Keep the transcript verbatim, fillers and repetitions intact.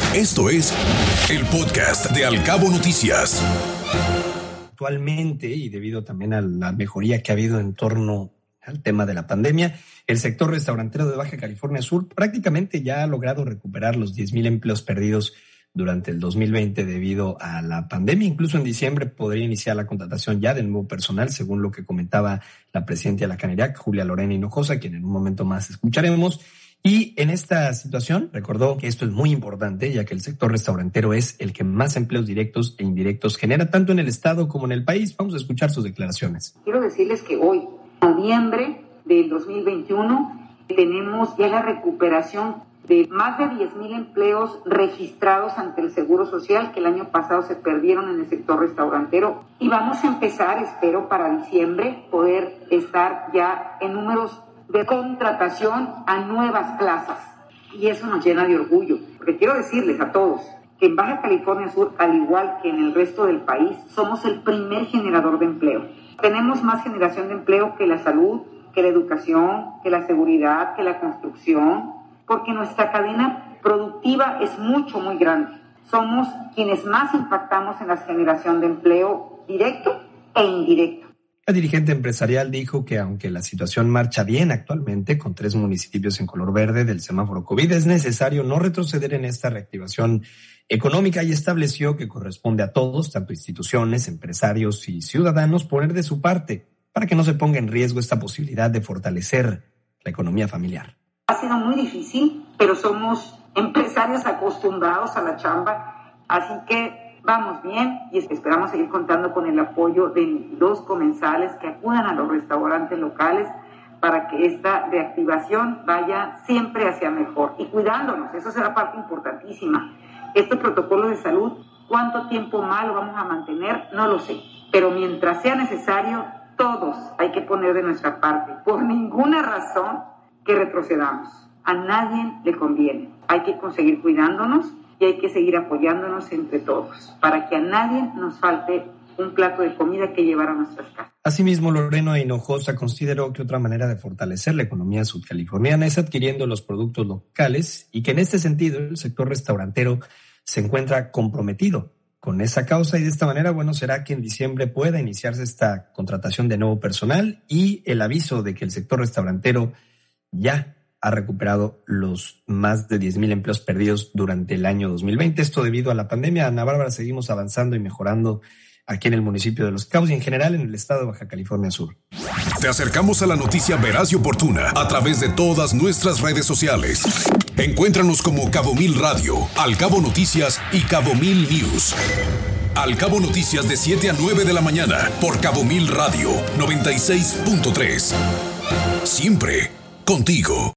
Esto es el podcast de Al Cabo Noticias. Actualmente, y debido también a la mejoría que ha habido en torno al tema de la pandemia, el sector restaurantero de Baja California Sur prácticamente ya ha logrado recuperar los diez mil empleos perdidos durante el dos mil veinte debido a la pandemia. Incluso en diciembre podría iniciar la contratación ya de nuevo personal, según lo que comentaba la presidenta de la Canirac, Julia Lorena Hinojosa, quien en un momento más escucharemos. Y en esta situación recordó que esto es muy importante, ya que el sector restaurantero es el que más empleos directos e indirectos genera, tanto en el estado como en el país. Vamos a escuchar sus declaraciones. Quiero decirles que hoy, noviembre del dos mil veintiuno, tenemos ya la recuperación de más de diez mil empleos registrados ante el Seguro Social que el año pasado se perdieron en el sector restaurantero. Y vamos a empezar, espero, para diciembre, poder estar ya en números de contratación a nuevas plazas. Y eso nos llena de orgullo, porque quiero decirles a todos que en Baja California Sur, al igual que en el resto del país, somos el primer generador de empleo. Tenemos más generación de empleo que la salud, que la educación, que la seguridad, que la construcción, porque nuestra cadena productiva es mucho, muy grande. Somos quienes más impactamos en la generación de empleo directo e indirecto. La dirigente empresarial dijo que aunque la situación marcha bien actualmente con tres municipios en color verde del semáforo COVID, es necesario no retroceder en esta reactivación económica y estableció que corresponde a todos, tanto instituciones, empresarios y ciudadanos, poner de su parte para que no se ponga en riesgo esta posibilidad de fortalecer la economía familiar. Ha sido muy difícil, pero somos empresarios acostumbrados a la chamba, así que vamos bien y esperamos seguir contando con el apoyo de los comensales que acudan a los restaurantes locales para que esta reactivación vaya siempre hacia mejor y cuidándonos. Eso será parte importantísima. Este protocolo de salud, ¿cuánto tiempo más lo vamos a mantener? No lo sé, pero mientras sea necesario, todos hay que poner de nuestra parte. Por ninguna razón que retrocedamos. A nadie le conviene. Hay que seguir cuidándonos y hay que seguir apoyándonos entre todos para que a nadie nos falte un plato de comida que llevar a nuestras casas. Asimismo, Lorena Hinojosa consideró que otra manera de fortalecer la economía sudcaliforniana es adquiriendo los productos locales y que en este sentido el sector restaurantero se encuentra comprometido con esa causa y de esta manera, bueno, será que en diciembre pueda iniciarse esta contratación de nuevo personal y el aviso de que el sector restaurantero ya ha recuperado los más de diez mil empleos perdidos durante el año dos mil veinte. Esto debido a la pandemia. Ana Bárbara, seguimos avanzando y mejorando aquí en el municipio de Los Cabos y en general en el estado de Baja California Sur. Te acercamos a la noticia veraz y oportuna a través de todas nuestras redes sociales. Encuéntranos como Cabo Mil Radio, Al Cabo Noticias y Cabo Mil News. Al Cabo Noticias de siete a nueve de la mañana por Cabo Mil Radio noventa y seis punto tres. Siempre contigo.